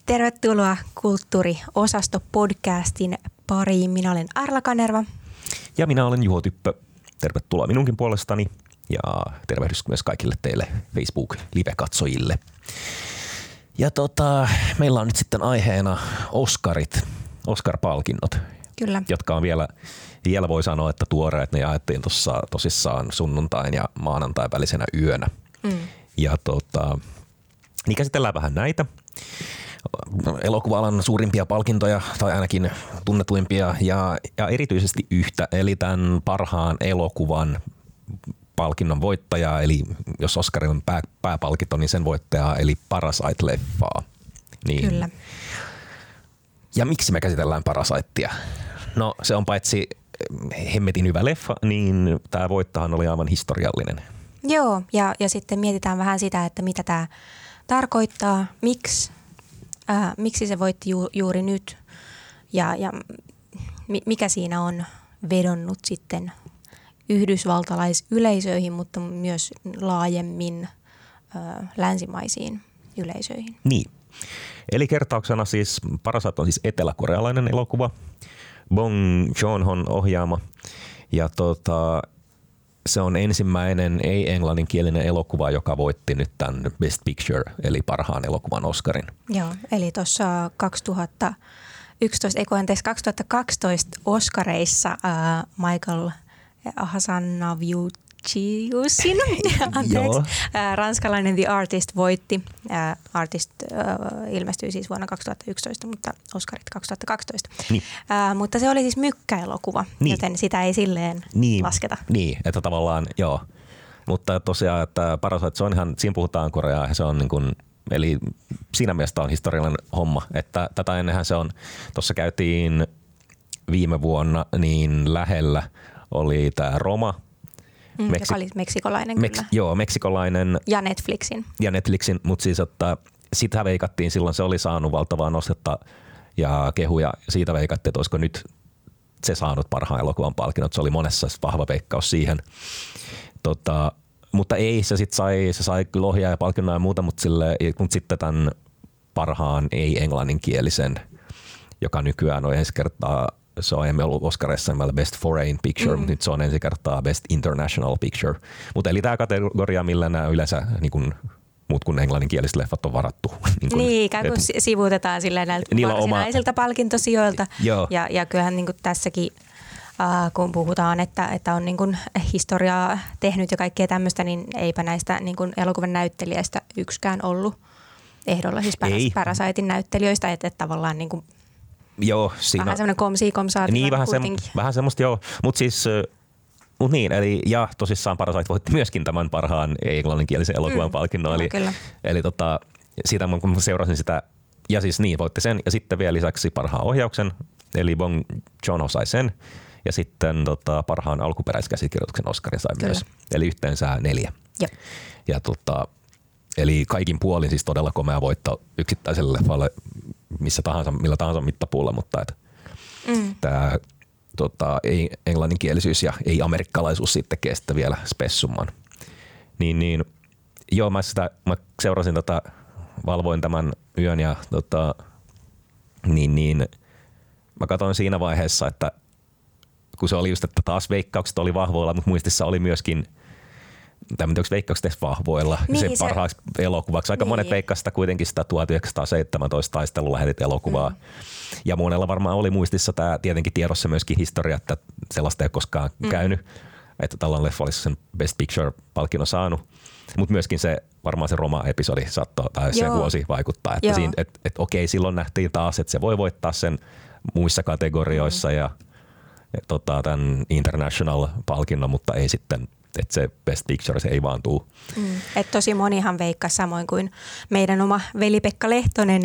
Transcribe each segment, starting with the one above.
Tervetuloa Kulttuuriosasto-podcastin pariin. Minä olen Arla Kanerva. Ja minä olen Juho Typpö. Tervetuloa minunkin puolestani ja tervehdys myös kaikille teille Facebook-live-katsojille. Ja meillä on nyt sitten aiheena Oscarit, Oscar-palkinnot. Kyllä. Jotka on vielä voi sanoa, että tuoreet. Ne jaettiin tuossa tosissaan sunnuntain ja maanantain välisenä yönä. Ja niin käsitellään vähän näitä. Elokuva-alan suurimpia palkintoja tai ainakin tunnetuimpia ja erityisesti yhtä, eli tämän parhaan elokuvan palkinnon voittajaa, eli jos Oscarin on pääpalkinto, niin sen voittajaa, eli Parasite-leffaa. Niin. Kyllä. Ja miksi me käsitellään Parasitea? No se on paitsi hemmetin hyvä leffa, niin tämä voittahan oli aivan historiallinen. Joo, ja sitten mietitään vähän sitä, että mitä tämä tarkoittaa, miksi se voitti juuri nyt ja mikä siinä on vedonnut sitten yhdysvaltalaisyleisöihin, mutta myös laajemmin länsimaisiin yleisöihin. Niin. Eli kertauksena siis Parasite on siis eteläkorealainen elokuva, Bong Joon-hon ohjaama ja se on ensimmäinen ei-englanninkielinen elokuva, joka voitti nyt tämän Best Picture, eli parhaan elokuvan Oscarin. Joo, eli tuossa 2012 Oscareissa Michael Hazanaviciusin ranskalainen The Artist voitti. Artist ilmestyi siis vuonna 2011, mutta Oscarit 2012. Niin. Mutta se oli siis mykkäelokuva, joten sitä ei silleen lasketa. Niin, että tavallaan joo. Mutta tosiaan, että Parasite, se on ihan, siinä puhutaan koreaa ja se on niin kuin, eli siinä mielessä on historiallinen homma. Että tätä ennenhän se on, tuossa käytiin viime vuonna niin lähellä oli tämä Roma. Joka oli meksikolainen kyllä. Joo, meksikolainen. Ja Netflixin, mutta siis, että sitä veikattiin silloin, se oli saanut valtavaa nostetta ja kehuja. Siitä veikattiin, että olisiko nyt se saanut parhaan elokuvan palkinnot. Se oli monessa vahva veikkaus siihen. Mutta ei, se sai lohjaa ja palkinnoja ja muuta, mutta sitten tämän parhaan ei-englanninkielisen, joka nykyään on ensi kertaa, se on aiemmin ollut Oscarissa Best Foreign Picture, mutta nyt se on ensi kertaa Best International Picture. Mutta eli tämä kategoria, millä nämä yleensä niin kuin muut kuin englanninkieliset leffat on varattu. Niin, ikään kuin sivuutetaan silleen näiltä varsinaisilta palkintosijoilta. Ja kyllähän niin kuin tässäkin, kun puhutaan, että on niin kuin historiaa tehnyt ja kaikkea tämmöistä, niin eipä näistä niin kuin elokuvan näyttelijäistä yksikään ollut ehdolla, siis Parasitein näyttelijöistä, että tavallaan niin kuin joo, siinä vähän semmoinen komsaa. Niin, vähän semmoista joo, mutta siis niin, eli ja tosissaan Parasite voitti myöskin tämän parhaan englanninkielisen elokuvan palkinnon, eli siitä kun mä seurasin sitä, ja siis niin, voitti sen, ja sitten vielä lisäksi parhaan ohjauksen, eli Bong Joon-ho sai sen, ja sitten parhaan alkuperäiskäsikirjoituksen Oscarin sai myös, eli yhteensä 4. Joo. Ja eli kaikin puolin siis todella komea voitto yksittäiselle leffalle millä tahansa mittapuulla, mutta tämä ei englanninkielisyys ja ei amerikkalaisuus sitten tekee sitä vielä spessumman. Niin joo, mä seurasin valvoin tämän yön ja mä katsoin siinä vaiheessa, että kun se oli just, että taas veikkaukset oli vahvoilla, mutta muistissa oli myöskin onko veikkaukset edes vahvoilla sen parhaaksi elokuvaksi. Aika monet veikkasivat sitä kuitenkin sitä 1917 taistelulähetit elokuvaa. Ja monella varmaan oli muistissa tämä tietenkin tiedossa myöskin historia, että sellaista ei ole koskaan käynyt. Että tällainen leffa olisi sen Best Picture-palkinnon saanut. Mutta myöskin varmaan se Roma-episodi tai se vuosi vaikuttaa. Että että okei, silloin nähtiin taas, että se voi voittaa sen muissa kategorioissa ja tämän International-palkinnon, mutta ei sitten, että se Best Picture se ei vaan tuu. Et tosi monihan veikkasi samoin kuin meidän oma veli Pekka Lehtonen,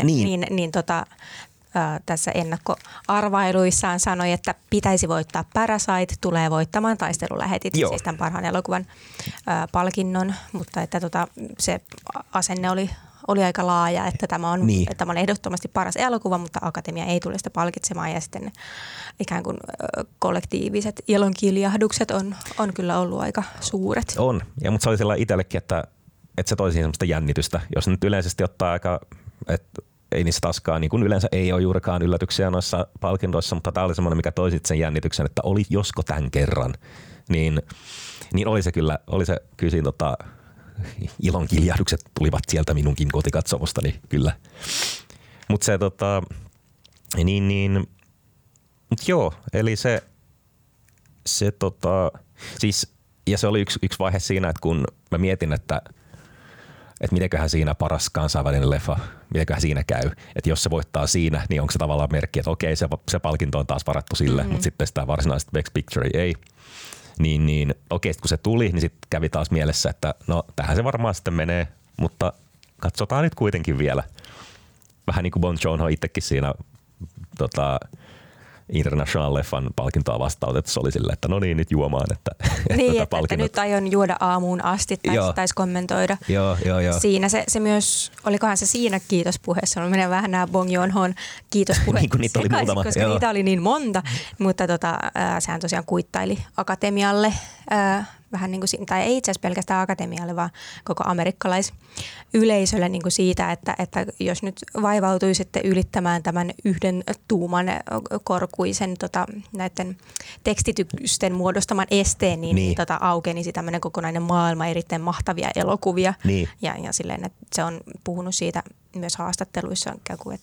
tässä ennakkoarvailuissaan sanoi, että pitäisi voittaa Parasite, tulee voittamaan taistelulähetit, siis tämän parhaan elokuvan palkinnon, mutta että se asenne oli aika laaja, että tämä on ehdottomasti paras elokuva, mutta Akatemia ei tule sitä palkitsemaan ja sitten ikään kuin kollektiiviset ilonkiljahdukset on kyllä ollut aika suuret. On, mutta se oli sellainen itsellekin, että se toi siihen semmoista jännitystä, jos nyt yleisesti ottaa aika, että ei niissä taaskaan, niin kuin yleensä ei ole juurikaan yllätyksiä noissa palkintoissa, mutta tämä oli semmoinen, mikä toi sitten sen jännityksen, että oli josko tämän kerran, niin oli se kyllä siinä ilonkiljahdukset tulivat sieltä minunkin kotikatsomustani kyllä. Mutta se mut joo, eli se siis, ja se oli yksi vaihe siinä, että kun mä mietin, että mitenköhän siinä paras kansainvälinen leffa, mitenköhän siinä käy. Että jos se voittaa siinä, niin onko se tavallaan merkki, että okei, se palkinto on taas varattu sille, mutta sitten sitä varsinaista Best Picture ei. Niin okei, kun se tuli, niin sitten kävi taas mielessä, että no tähän se varmaan sitten menee, mutta katsotaan nyt kuitenkin vielä. Vähän niin kuin Bong Joon-ho itsekin siinä International-leffan palkintoa vastautettu, se oli silleen, että no niin, nyt juomaan. Että nyt aion juoda aamuun asti, taisi kommentoida. Joo. Siinä se myös, olikohan se siinä kiitospuheessa, no menee vähän nämä Bong Joon-hon kiitospuheet niin kuin niitä oli muutama. Koska niitä oli niin monta, mutta sehän tosiaan kuittaili akatemialle, vähän niin kuin, tai ei itse asiassa pelkästään akatemialle, vaan koko amerikkalaisyleisölle niin kuin siitä, että jos nyt vaivautuisitte ylittämään tämän yhden tuuman korkuisen näiden tekstitysten muodostaman esteen, niin aukenisi tämmöinen kokonainen maailma erittäin mahtavia elokuvia. Niin. Ja silleen, että se on puhunut siitä myös haastatteluissa,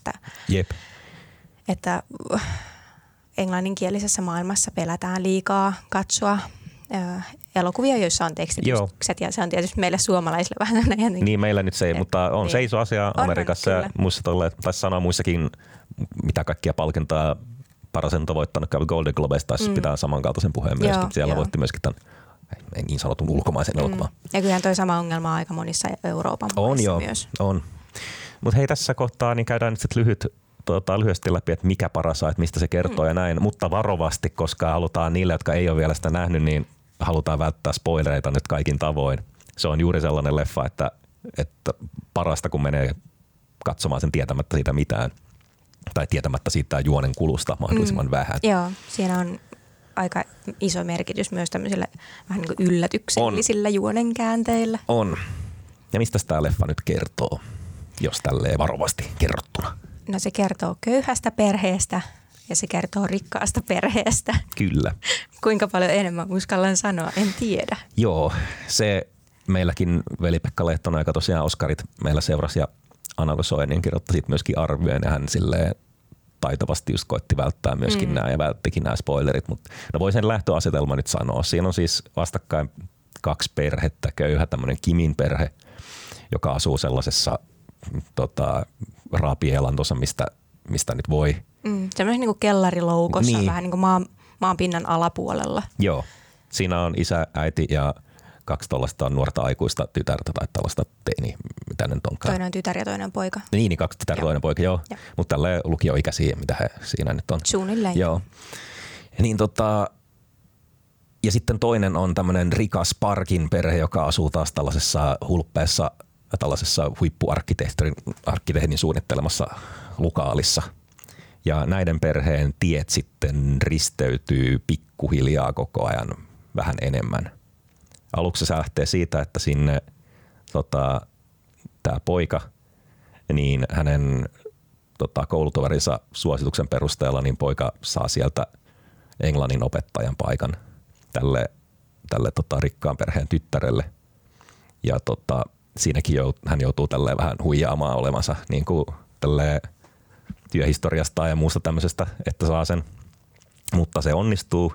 että englanninkielisessä maailmassa pelätään liikaa katsoa elokuvia, joissa on tekstitykset, ja se on tietysti meille suomalaisille vähän näin. Niin, meillä nyt se ei, mutta on seiso asia Amerikassa ja muissa taisi sanoa muissakin, mitä kaikkia palkintoja Parasen on voittanut, Golden Globes taisi pitää samankaltaisen puheen myöskin. Siellä voitti myöskin tämän niin sanotun ulkomaisen elokuvan. Ja kyllähän toi sama ongelma on aika monissa Euroopan maissa myös. On. Mutta hei, tässä kohtaa niin käydään nyt sitten lyhyesti läpi, että mikä Parasite, mistä se kertoo ja näin, mutta varovasti, koska halutaan niille, jotka ei ole vielä sitä nähnyt, niin halutaan välttää spoilereita nyt kaikin tavoin. Se on juuri sellainen leffa, että parasta kun menee katsomaan sen tietämättä siitä mitään tai tietämättä siitä juonen kulusta mahdollisimman vähän. Joo, siinä on aika iso merkitys myös tämmöisillä vähän niin kuin yllätyksellisillä juonen käänteillä. On. Ja mistä tämä leffa nyt kertoo, jos tälleen varovasti kerrottuna? No se kertoo köyhästä perheestä ja se kertoo rikkaasta perheestä. Kyllä. Kuinka paljon enemmän uskallan sanoa, en tiedä. Joo, se meilläkin Veli-Pekka Lehtonen, joka tosiaan Oscarit meillä seurasi ja Anna Soinin kirjoitti siitä myöskin arvioin ja hän silleen taitavasti just koetti välttää myöskin nämä ja välttikin nämä spoilerit. Mutta no voi sen lähtöasetelma nyt sanoa. Siinä on siis vastakkain 2 perhettä, köyhä tämmöinen Kimin perhe, joka asuu sellaisessa raapielantossa, mistä nyt voi. Semmoinen niin kuin kellariloukossa, vähän niin kuin maanpinnan alapuolella. Joo. Siinä on isä, äiti ja 2 tuollaista nuorta aikuista tytärtä tai tällaista teini, mitä ne nyt onkaan. Toinen on tytär ja toinen poika. Niin 2 tytär, toinen poika, joo. Mutta tälleen lukioikäisiä, mitä he siinä nyt on. Suunnilleen. Joo. Niin ja sitten toinen on tämmöinen rikas Parkin perhe, joka asuu taas tällaisessa hulppeessa tällaisessa huippuarkkitehdin suunnittelemassa lokaalissa. Ja näiden perheen tiet sitten risteytyy pikkuhiljaa koko ajan vähän enemmän. Aluksi se lähtee siitä, että sinne tämä poika, niin hänen koulutoverinsa suosituksen perusteella, niin poika saa sieltä englannin opettajan paikan tälle rikkaan perheen tyttärelle. Ja siinäkin hän joutuu tälleen vähän huijaamaan olevansa niin kuin tälleen työhistoriasta ja muusta tämmöisestä, että saa sen. Mutta se onnistuu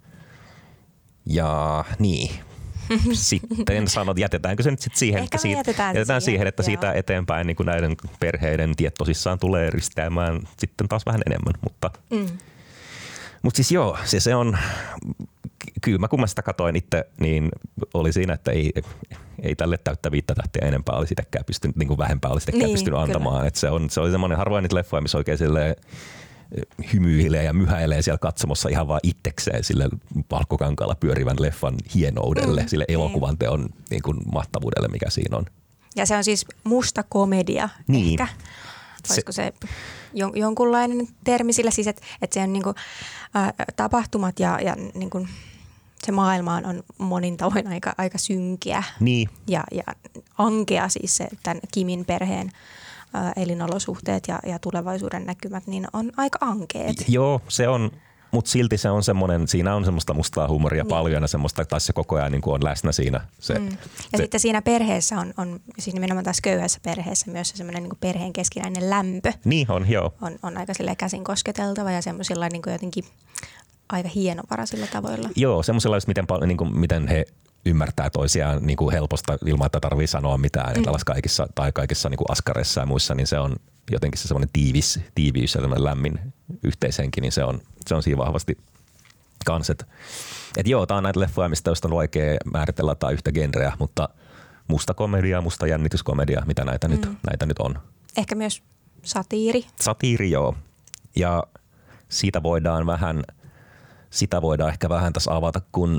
ja niin. Sitten sanot, jätetäänkö se nyt sitten siihen, jätetään siihen, että siitä eteenpäin niin kuin näiden perheiden tiet tosissaan tulee risteämään sitten taas vähän enemmän. Mutta siis joo, se on, kyllä kun mä sitä katoin itse, niin oli siinä, että ei tälle täyttä 5 tähteä enempää olisi sitäkään pystynyt, niin kuin vähempää olisi sitäkään pystynyt antamaan. Että se oli semmoinen harvoin niitä leffoja, missä oikein silleen hymyilee ja myhäilee siellä katsomossa ihan vaan itsekseen sille valkokankaalla pyörivän leffan hienoudelle, sille elokuvan teon niin kuin mahtavuudelle, mikä siinä on. Ja se on siis musta komedia ehkä. Olisiko se jonkunlainen termi sillä siis, että se on niinku, tapahtumat ja niinku, se maailma on monin tavoin aika synkeä ja ankea siis se tämän Kimin perheen elinolosuhteet ja tulevaisuuden näkymät, niin on aika ankeet. Joo, se on. Mutta silti se on semmoinen, siinä on semmoista mustaa huumoria paljon ja semmoista, tai se koko ajan niin kuin on läsnä siinä. Ja sitten siinä perheessä on siis nimenomaan tässä köyhässä perheessä myös semmoinen niin kuin perheen keskinäinen lämpö. Niin on, joo. On aika silleen käsin kosketeltava ja semmoisilla niin kuin jotenkin aika hienovaraisilla tavoilla. Joo, semmoisilla, miten he ymmärtää toisiaan niin kuin helposta ilman, että tarvii sanoa mitään. Kaikissa niin kuin askareissa ja muissa, niin se on jotenkin se semmoinen tiiviys ja semmoinen lämmin yhteishenki, niin se on siinä vahvasti kans. Et joo, tää on näitä leffoja, mistä on vaikea määritellä tai yhtä genreä, mutta musta komedia, musta jännityskomedia, mitä näitä nyt on. Ehkä myös satiiri. Satiiri, joo. Ja sitä voidaan ehkä vähän tässä avata, kun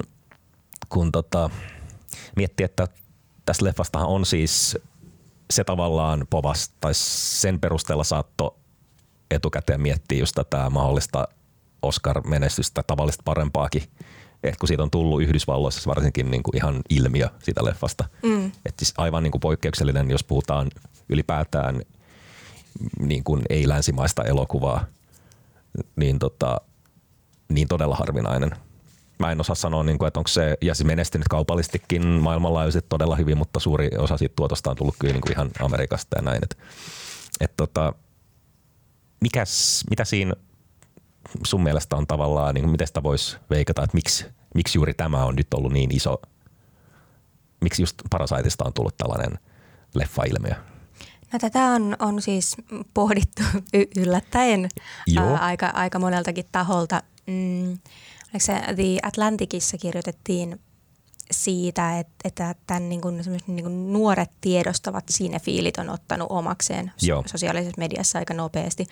miettii, että tässä leffastahan on siis se tavallaan povas, tai sen perusteella saattoi etukäteen miettiä just tätä mahdollista Oscar-menestystä, tavallista parempaakin. Et kun siitä on tullut Yhdysvalloissa varsinkin niin kuin ihan ilmiö siitä leffasta. Et siis aivan niin kuin poikkeuksellinen, jos puhutaan ylipäätään niin kuin ei-länsimaista elokuvaa, niin todella harvinainen. Mä en osaa sanoa, että onko se, ja se menestynyt kaupallistikin maailmanlaajuisesti todella hyvin, mutta suuri osa siitä tuotosta on tullut kyllä niin kuin ihan Amerikasta ja näin. Mitä siinä sun mielestä on tavallaan, niin miten sitä voisi veikata, että miksi juuri tämä on nyt ollut niin iso, miksi just Parasiteista on tullut tällainen leffa-ilmiö? No tätä on siis pohdittu yllättäen aika moneltakin taholta. Oliko se The Atlanticissa kirjoitettiin siitä, että tämän niin kuin nuoret tiedostavat sinefiilit on ottanut omakseen sosiaalisessa mediassa aika nopeasti.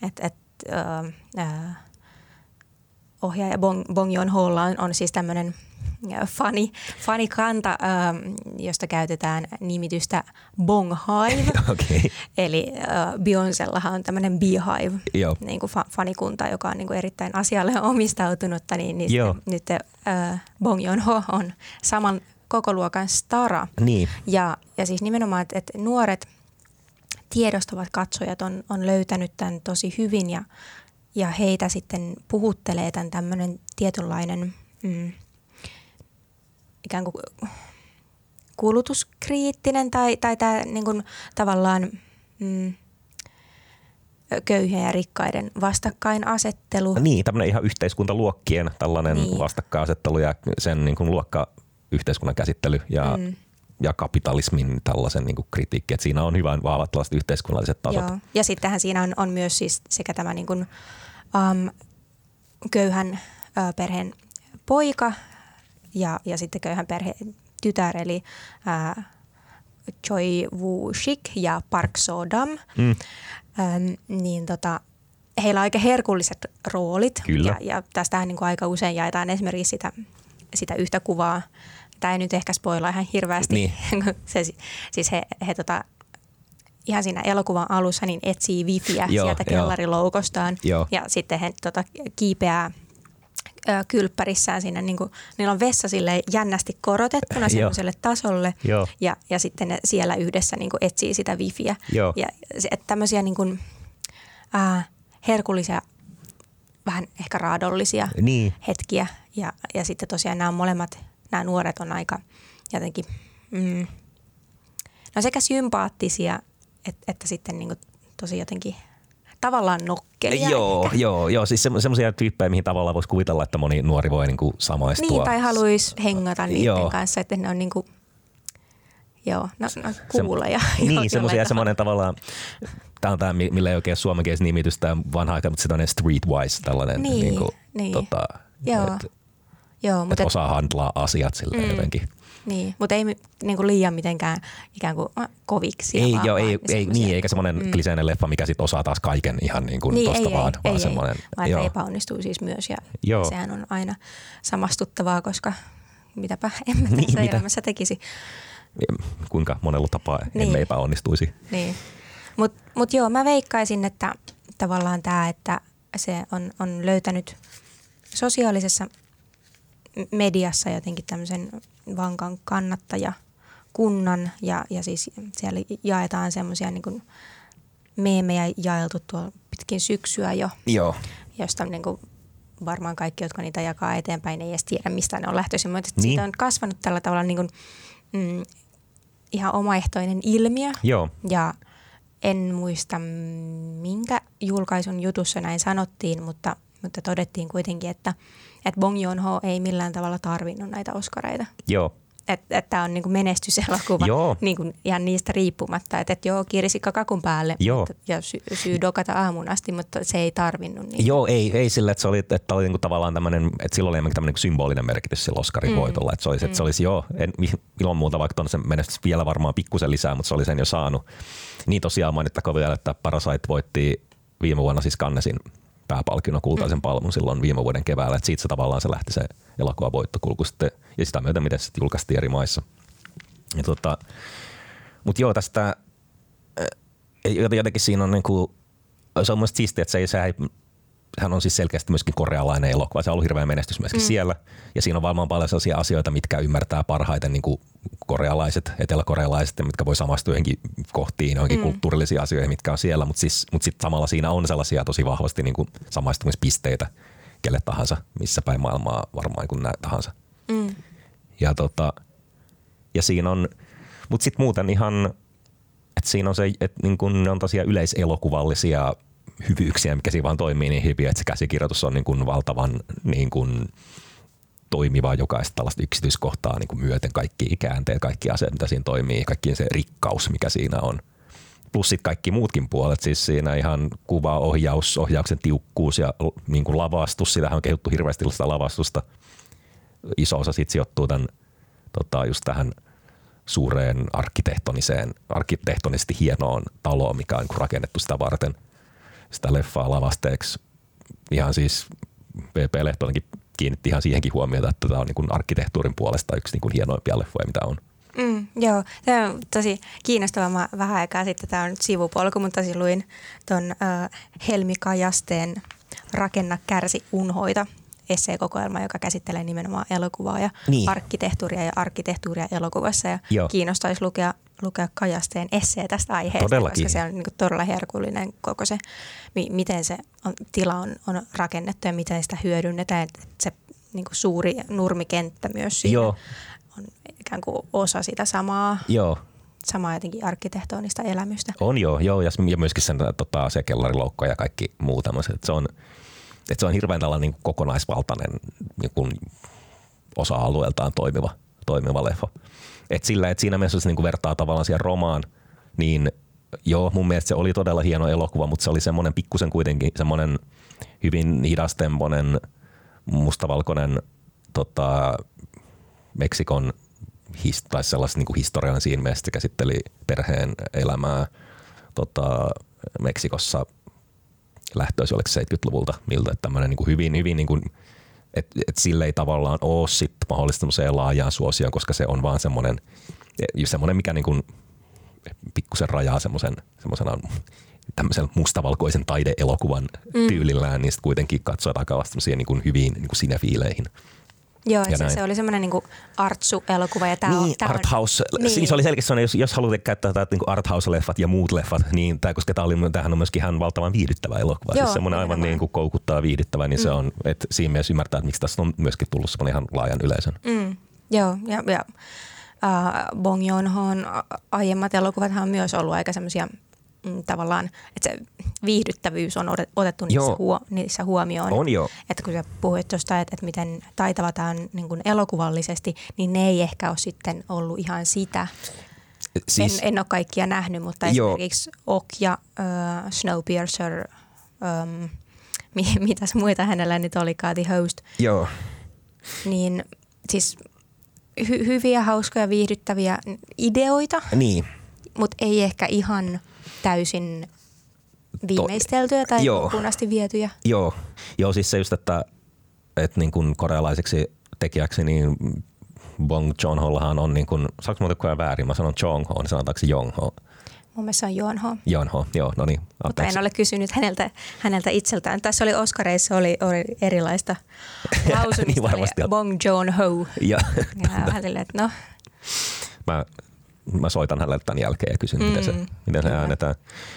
Ohjaaja Bong Joon-holla on siis tämmöinen fanikanta, josta käytetään nimitystä Bong Hive. Okay. Eli Beyoncéllahan on tämmöinen Beehive, niin kuin fanikunta, joka on niin kuin erittäin asialle omistautunutta. Niin nyt Bong Joon-ho on saman kokoluokan stara. Niin. Ja siis nimenomaan, että nuoret tiedostavat katsojat on löytänyt tämän tosi hyvin ja heitä sitten puhuttelee tämän tämmöinen tietynlainen ikään kuin kulutuskriittinen tai tämä niin kuin tavallaan köyhien ja rikkaiden vastakkainasettelu. Niin, tämmöinen ihan yhteiskuntaluokkien tällainen vastakkainasettelu ja sen niin kuin luokkayhteiskunnan käsittely ja kapitalismin tällaisen niin kuin kritiikki. Että siinä on hyvän vahvat tällaiset yhteiskunnalliset tasot. Joo. Ja sittenhän siinä on myös siis sekä tämä niin kuin, köyhän perheen poika ja sitten köyhän perheen tytär, eli Choi Woo-shik ja Park Seo-dam. Niin heillä on aika herkulliset roolit. Kyllä. Ja tästähän niin kuin aika usein jaetaan esimerkiksi sitä yhtä kuvaa. Tämä ei nyt ehkä spoilaa ihan hirveästi. Niin. Siis he ihan siinä elokuvan alussa niin etsii wifiä sieltä kellariloukostaan. Ja sitten he kiipeää kylppärissään sinne, niin kuin, niillä on vessa sille jännästi korotettuna semmoiselle tasolle ja sitten ne siellä yhdessä niin kuin etsii sitä wifiä. Ja tämmöisiä niin kuin, herkullisia, vähän ehkä raadollisia hetkiä ja sitten tosiaan nämä nuoret on aika jotenkin, sekä sympaattisia että sitten niin kuin tosi jotenkin tavallaan nokkelia. Joo, siis semmoisia tyyppejä, mihin tavallaan voisi kuvitella, että moni nuori voi niinku samaistua. Niin, tai haluaisi hengata niiden kanssa, että ne on niinku, kuuleja. Niin, semmoinen tavallaan, tämä on tämä, millä ei oikein suomenkielistä nimitystä vanha aika, mutta sellainen streetwise tällainen. Niin. Että osaa handlaa asiat silleen jotenkin. Niin, mutta ei niinku liian mitenkään ikään kuin koviksi. Eikä semmoinen kliseinen leffa, mikä sit osaa taas kaiken ihan niin kuin tosta vaan. Vaan semmoinen. Vaan että epäonnistuu siis myös ja sehän on aina samastuttavaa, koska mitäpä emme tässä elämässä tekisi. Kuinka monella tapaa emme epäonnistuisi. Niin, mutta joo, mä veikkaisin, että tavallaan tämä, että se on löytänyt sosiaalisessa mediassa jotenkin tämmöisen vankan kannattajakunnan ja siis siellä jaetaan semmoisia niin kuin meemejä jaeltu tuolla pitkin syksyä jo. Joo. Josta niin kuin varmaan kaikki, jotka niitä jakaa eteenpäin, ei edes tiedä, mistä ne on lähtöisin. Mutta siitä on kasvanut tällä tavalla niin kuin, ihan omaehtoinen ilmiö. Joo. Ja en muista, minkä julkaisun jutussa näin sanottiin, mutta todettiin kuitenkin, että Bong Joon-ho ei millään tavalla tarvinnut näitä Oscareita. Joo. Että tämä on niinku menestyselokuva niinku ihan niistä riippumatta. Että joo, kiirisikka kakun päälle ja syy dokata aamuun asti, mutta se ei tarvinnut. Niin. Joo, ei sillä, että että oli niinku tavallaan tämmöinen, että silloin oli enemmänkin tämmöinen symbolinen merkitys sillä Oscarin voitolla. Että se olisi ilman muuta, vaikka tuonne se menestys vielä varmaan pikkusen lisää, mutta se oli sen jo saanut. Niin tosiaan mainittakoon vielä, että Parasite voitti viime vuonna siis Cannesin pääpalkinnon kultaisen palmun silloin viime vuoden keväällä. Että siitä se tavallaan se lähti se elokuvan voittokulku sitten ja sitä myötä, miten se sitten julkaistiin eri maissa. Mutta joo, tästä jotenkin siinä on niinku, se on mielestäni siistiä, että sehän on siis selkeästi myöskin korealainen elokuva. Se on ollut hirveä menestys myöskin siellä. Ja siinä on varmaan paljon sellaisia asioita, mitkä ymmärtää parhaiten niinku korealaiset, eteläkorealaiset, mitkä voi samastua johonkin kohtiin, johonkin kulttuurillisiin asioihin, mitkä on siellä. Mutta sitten samalla siinä on sellaisia tosi vahvasti niinku samaistumispisteitä kelle tahansa, missä päin maailmaa varmaan kuin näin tahansa. Ja siinä on, mutta sitten muuten ihan, että siinä on se, että niin kun ne on tosiaan yleiselokuvallisia hyvyyksiä, mikä siinä vaan toimii niin hyvin, että se käsikirjoitus on niin kun valtavan niin kun toimiva jokaista tällaista yksityiskohtaa niin kun myöten, kaikki käänteet, kaikki asiat, mitä siinä toimii, kaikki se rikkaus, mikä siinä on. Plus sitten kaikki muutkin puolet, siis siinä ihan kuva, ohjauksen tiukkuus ja niin kuin lavastus, sitähän on kehuttu hirveästi sitä lavastusta. Iso osa siitä sijoittuu just tähän suureen arkkitehtonisesti hienoon taloon, mikä on rakennettu sitä varten. Sitä leffaa lavasteeksi. Ihan siis V.P. Lehtonenkin kiinnitti ihan siihenkin huomiota, että tämä on niin kuin arkkitehtuurin puolesta yksi niin kuin hienoimpia leffoja, mitä on. Joo, tämä on tosi kiinnostavaa. Mä vähän aikaa sitten, tämä on nyt sivupolku, mutta tosi luin tuon Helmi Kajasteen Rakenna, kärsi, unhoita esseekokoelma, joka käsittelee nimenomaan elokuvaa ja arkkitehtuuria elokuvassa. Ja kiinnostaisi lukea Kajasteen essee tästä aiheesta, todellakin. Koska se on niin kuin todella herkullinen koko se, miten se tila on rakennettu ja miten sitä hyödynnetään. Että se niin kuin suuri nurmikenttä myös siinä on ikään kuin osa sitä samaa jotenkin arkkitehtonista elämystä. On joo ja myöskin sen se kellariloukko ja kaikki muu tämmöiset. Se on hirveän tällainen niin kokonaisvaltainen niin kuin osa-alueeltaan toimiva leffa. Et sillä, että siinä mielessä jos niin vertaa tavallaan siihen Romaan, niin joo, mun mielestä se oli todella hieno elokuva, mutta se oli semmoinen pikkusen kuitenkin semmoinen hyvin hidastempoinen, mustavalkoinen Meksikon tai sellaista niin kuin historiallinen siinä mielessä, se käsitteli perheen elämää Meksikossa lähtöisin oliko 70-luvulta, miltä tämmöinen niin hyvin niin kuin, että sille ei tavallaan ole sit mahdollista semmoiseen laajaan suosioon, koska se on vaan semmoinen mikä niin kuin pikkusen rajaa semmoisena tämmöisen mustavalkoisen taideelokuvan tyylillään, niin sitten kuitenkin katsoo takavasti semmoisia niin kuin hyviin niin kuin sinefiileihin. Joo, se oli semmoinen niinku artsu-elokuva. Ja arthouse. Niin. Se oli selkeästi, jos haluat käyttää tätä niinku arthouse-leffat ja muut leffat, niin koska tämähän on myöskin ihan valtavan viihdyttävä elokuva. Joo, siis semmoinen aivan niin kuin koukuttaa viihdyttävä, niin se on, että siinä mielessä ymmärtää, että miksi tässä on myöskin tullut semmoinen ihan laajan yleisön. Joo, ja Bong Joon-hon aiemmat elokuvathan on myös ollut aika semmoisia tavallaan, että se viihdyttävyys on otettu niissä huomioon. On jo. Että kun sä puhuit tuosta, että miten taitava tämä on niin kuin elokuvallisesti, niin ne ei ehkä ole sitten ollut ihan sitä. Siis, en ole kaikkia nähnyt, mutta esimerkiksi Okja, Snowpiercer, mitäs muita hänellä nyt olikaan, The Host. Joo. Niin siis hyviä, hauskoja, viihdyttäviä ideoita. Niin. Mutta ei ehkä ihan täysin viimeisteltyjä tai loppuun asti vietyjä. Joo, siis se just, että niin kuin korealaiseksi tekijäksi, niin Bong Joon-hollahan on niin kuin, saanko muuta kuin väärin? Mä sanon Jong-ho, niin sanotaanko Jong-ho? Mun mielestä on Joon-ho. Joon-ho, joo, no niin. Mutta en ole kysynyt häneltä itseltään. Tässä oli Oscareissa oli erilaista lausumista. Niin varmasti. Bong Joon-ho. Ja hänelle, että no. Mä soitan hänelle tämän jälkeen ja kysyn, miten se äänetään.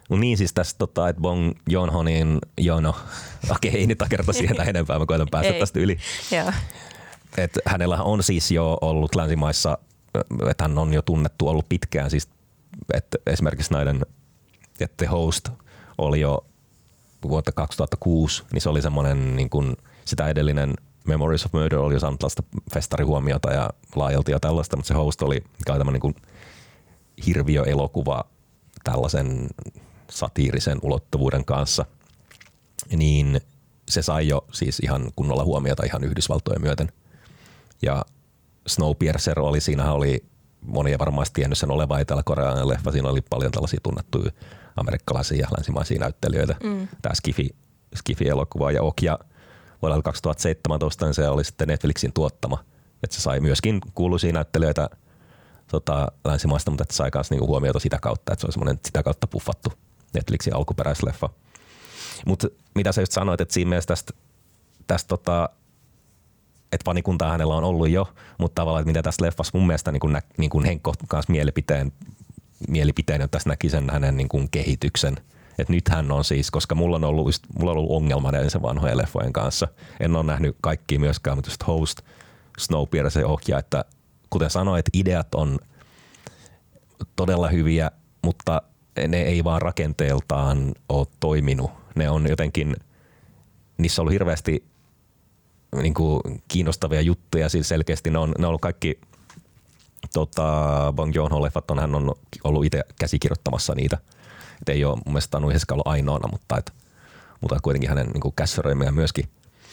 No niin siis tässä, että Bong Joon-honin okei, ei nyt kerta sieltä enempää, mä koitan päästä tästä yli. Joo. Et hänellä on siis jo ollut länsimaissa, että hän on jo tunnettu ollut pitkään, siis että esimerkiksi näiden, että The Host oli jo vuotta 2006, niin se oli semmoinen niin kuin sitä edellinen Memories of Murder oli jo saanut tällaista festarihuomiota ja laajalti jo tällaista, mutta se Host oli tämmöinen niin kuin hirviöelokuva tällaisen satiirisen ulottuvuuden kanssa, niin se sai jo siis ihan kunnolla huomiota ihan Yhdysvaltojen myöten. Ja Snowpiercer oli, siinähän oli monia varmasti tiennyt sen oleva etelä-korealainen leffa, siinä oli paljon tällaisia tunnettuja amerikkalaisia ja länsimaisia näyttelijöitä. Tämä Skifi-elokuva ja Okja vuodelta 2017, niin se oli sitten Netflixin tuottama. Että se sai myöskin kuuluisia näyttelijöitä länsimaista, mutta että se sai myös niinku huomiota sitä kautta, että se oli semmoinen sitä kautta puffattu Netflixin alkuperäisleffa. Mutta mitä sä just sanoit, että siinä mielessä tästä että fanikuntaa hänellä on ollut jo, mutta tavallaan, että mitä tässä leffassa mun mielestä niin kuin Henkko kanssa mielipiteen, että tässä näki sen hänen niin kuin kehityksen. Että nyt hän on siis, koska mulla on ollut ongelma edellisen vanhojen leffojen kanssa. En ole nähnyt kaikkia myöskään, mutta just Host, Snowpiercer ja Okja, että kuten sanoit, ideat on todella hyviä, mutta ne ei vaan rakenteeltaan ole toiminut. Ne on jotenkin, niissä on ollut hirveästi niin kuin kiinnostavia juttuja, siis selkeästi ne on ollut kaikki Bong Joon-ho-leffat, hän on ollut itse käsikirjoittamassa niitä. Et ei ole mun mielestä tainnut yhdessä ollut ainoana, mutta kuitenkin hänen niin kässöröimiä myöskin.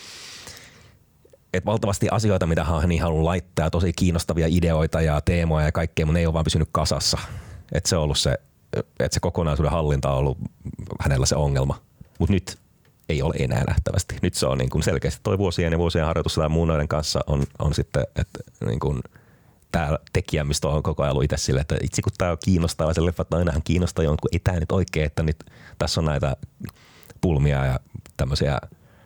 Et valtavasti asioita, mitä hän niin haluaa laittaa, tosi kiinnostavia ideoita ja teemoja ja kaikkea, mutta ne ei ole vaan pysynyt kasassa. Et se on ollut se, että se kokonaisuuden hallinta on ollut hänellä se ongelma. Mutta nyt ei ole enää nähtävästi. Nyt se on niin kuin selkeästi toi vuosien ja vuosien harjoitus tai muun noiden kanssa on sitten, että niin kuin tämä tekijä, mistä on koko ajan ollut itse silleen, että itse kun tämä on kiinnostavaa, se leffat ainahan kiinnostaa jonkun, ei tämä nyt oikein, että nyt tässä on näitä pulmia ja tämmöisiä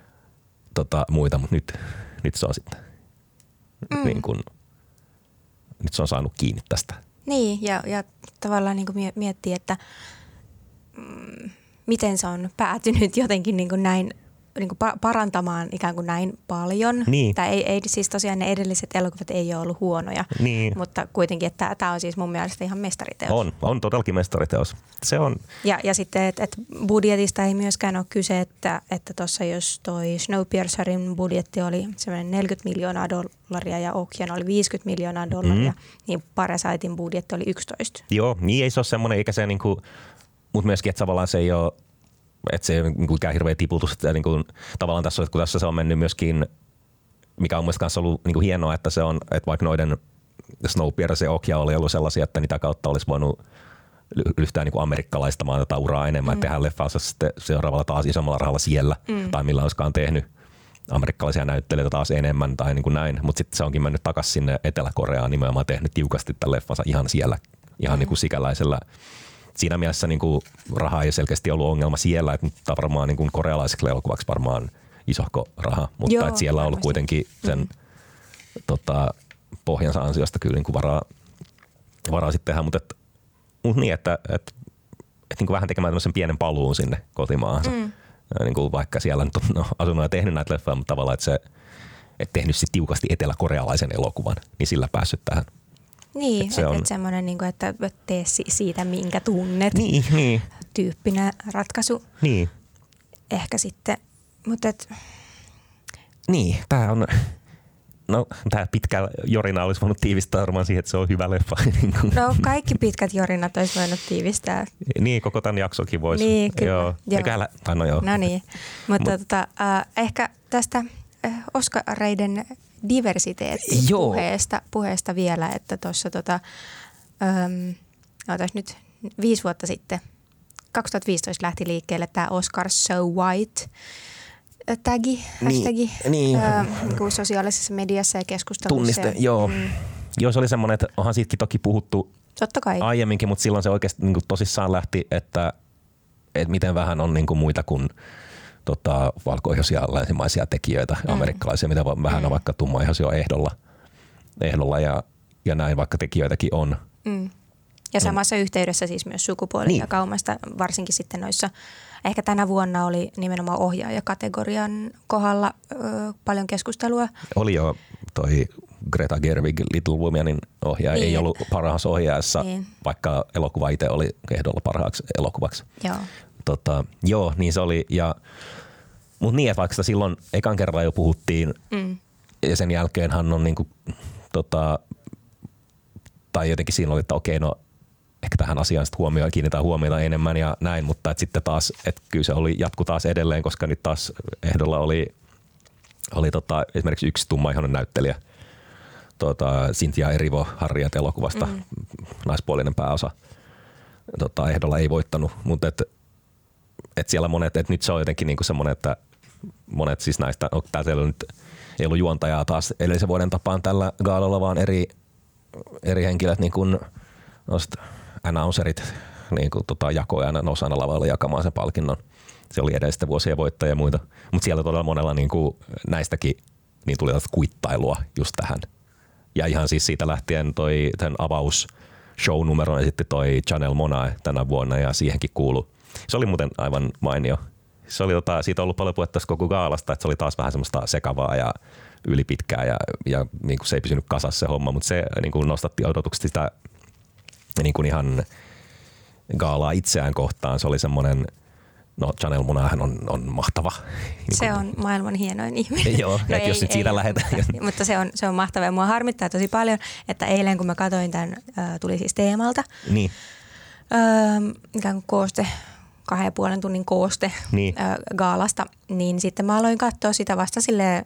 muita, mutta nyt se on sitten niin kuin, nyt se on saanut kiinni tästä. Niin, ja tavallaan niin kuin miettii, että miten se on päätynyt jotenkin niin kuin näin niin kuin parantamaan ikään kuin näin paljon. Niin. Ei siis tosiaan ne edelliset elokuvat ei ole ollut huonoja, niin. Mutta kuitenkin, että tämä on siis mun mielestä ihan mestariteos. On todellakin mestariteos. Se on. Ja sitten, että budjetista ei myöskään ole kyse, että tuossa jos toi Snowpiercerin budjetti oli semmoinen $40 miljoonaa ja Okjan oli $50 miljoonaa, niin Parasitein budjetti oli 11. Joo, niin ei se ole semmoinen, eikä se niinku, mutta myöskin, että tavallaan se ei ole, että se ei ole mikään hirveä tiputus. Että niin kuin, tavallaan tässä, kun tässä se on mennyt myöskin, mikä on mielestäni kanssa ollut niin kuin hienoa, että se on, että vaikka noiden Snowpiercer ja Okja oli ollut sellaisia, että niitä kautta olisi voinut ryhtyä niin kuin amerikkalaistamaan tätä uraa enemmän, että tehdään leffansa sitten seuraavalla taas isommalla rahalla siellä, tai millä olisikaan tehnyt amerikkalaisia näyttelijöitä taas enemmän tai niin kuin näin, mutta sitten se onkin mennyt takaisin sinne Etelä-Koreaan nimenomaan tehnyt tiukasti tämän leffansa ihan siellä, ihan niin kuin sikäläisellä. Siinä mielessä niin kuin raha ei selkeästi ollut ongelma siellä, että tämä varmaan niin kuin korealaiseksi elokuvaksi varmaan isohko raha, mutta joo, että siellä on ollut kuitenkin sen pohjansa ansiosta kyllä niin kuin varaa sitten tehdä, mutta niin, että niin kuin vähän tekemään tämmöisen pienen paluun sinne kotimaahansa. Niin kuin vaikka siellä nyt on asunut ja tehnyt näitä leffoja, mutta tavallaan, että se tehnyt sitten tiukasti eteläkorealaisen elokuvan, niin sillä päässyt tähän. Niin, että semmoinen, että tee siitä minkä tunnet niin. Tyyppinen ratkaisu. Niin. Ehkä sitten, mutta niin, tämä on, no tämä pitkä jorina olisi voinut tiivistää varmaan siihen, että se on hyvä leffa. No kaikki pitkät jorinat olisi voinut tiivistää. Niin, koko tämän jaksokin voisi. Niin, kyllä. Joo. No joo. No niin, mutta ehkä tästä Oscareiden diversiteettipuheesta vielä, että tuossa nyt 5 vuotta sitten, 2015 lähti liikkeelle tämä Oscar So White hashtagi niin kuin sosiaalisessa mediassa ja keskustelussa. Tunniste, joo. Joo, se oli semmoinen, että onhan siitäkin toki puhuttu totta kai aiemminkin, mutta silloin se oikeasti niin kuin tosissaan lähti, että miten vähän on niin kuin muita kuin valkoihoisia länsimaisia tekijöitä, amerikkalaisia, mitä vähän on vaikka tummaihoisia ehdolla ja näin, vaikka tekijöitäkin on. Ja samassa yhteydessä siis myös sukupuolijakaumasta, varsinkin sitten noissa, ehkä tänä vuonna oli nimenomaan ohjaajakategorian kohdalla paljon keskustelua. Oli jo toi Greta Gerwig Little Womanin ohjaaja, niin. Ei ollut parhaassa ohjaajassa, niin. Vaikka elokuva itse oli ehdolla parhaaksi elokuvaksi. Joo. Niin se oli. Mutta niin, että vaikka sitä silloin ekan kerran jo puhuttiin ja sen jälkeenhän on niinku, tai jotenkin siinä oli, että okei, no ehkä tähän asiaan sitten kiinnitetään huomiota enemmän ja näin, mutta et sitten taas, että kyllä se jatku taas edelleen, koska nyt taas ehdolla oli esimerkiksi yksi tummaihoinen näyttelijä, Cynthia Erivo Harriet-elokuvasta, naispuolinen pääosa. Ehdolla ei voittanut, mutta et siellä monet, että nyt se on jotenkin niinku semmoinen, että monet siis näistä, täällä nyt ei ollut juontajaa taas edellisen vuoden tapaan tällä gaalalla, vaan eri henkilöt, niin kuin announcerit, niin kuin jakojana osana lavalla jakamaan sen palkinnon. Se oli edellisten vuosien voittajia ja muita, mutta siellä todella monella niin kuin näistäkin niin tuli tästä kuittailua just tähän. Ja ihan siis siitä lähtien tämän avaus-show-numeron esitti toi Janelle Monáe tänä vuonna ja siihenkin kuului. Se oli muuten aivan mainio. Se oli siitä on ollut paljon puhetta koko gaalasta, että se oli taas vähän semmoista sekavaa ja ylipitkää ja niin kuin se ei pysynyt kasassa se homma, mutta se niin kuin nostatti odotukset sitä niin kuin ihan gaalaa itseään kohtaan. Se oli semmoinen, no Janelle Monáehan on mahtava. Se on maailman hienoin ihminen. Joo, no jos nyt siitä lähdetään. Mutta se on mahtava ja mua harmittaa tosi paljon, että eilen kun mä katsoin tämän, tuli siis Teemalta. Niin. Ikään kuin kooste, 2,5 tunnin kooste niin. Gaalasta, niin sitten mä aloin katsoa sitä vasta silleen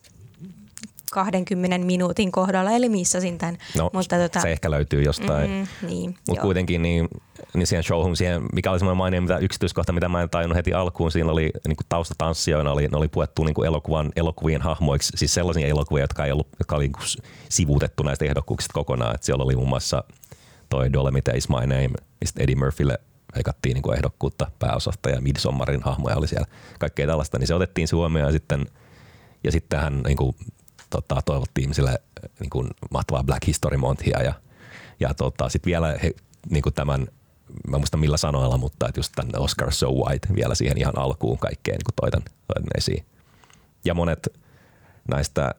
20 minuutin kohdalla, eli missasin tämän. No, mutta se ehkä löytyy jostain. Niin, mutta kuitenkin niin siihen showhun, mikä oli semmoinen mainio yksityiskohta, mitä mä en tajunnut heti alkuun, siinä oli niin kuin taustatanssijoina, ne oli puettu niin kuin elokuvien hahmoiksi, siis sellaisia elokuvia, jotka oli niin kuin sivuutettu näistä ehdokkuuksista kokonaan. Et siellä oli muun muassa toi Dolomite Is My Name, mistä Eddie Murphylle veikattiin niin kuin ehdokkuutta pääosasta ja Midsommarin hahmoja oli siellä. Kaikkea tällaista, niin se otettiin huomioon ja sitten hän niin kuin, toivottiin ihmisille niin kuin mahtavaa Black History Monthia ja sitten vielä niin kuin tämän, mä muistan millä sanoilla, mutta että just tämän Oscar So White vielä siihen ihan alkuun kaikkeen niin kuin toi tämän esiin. Ja monet näistä,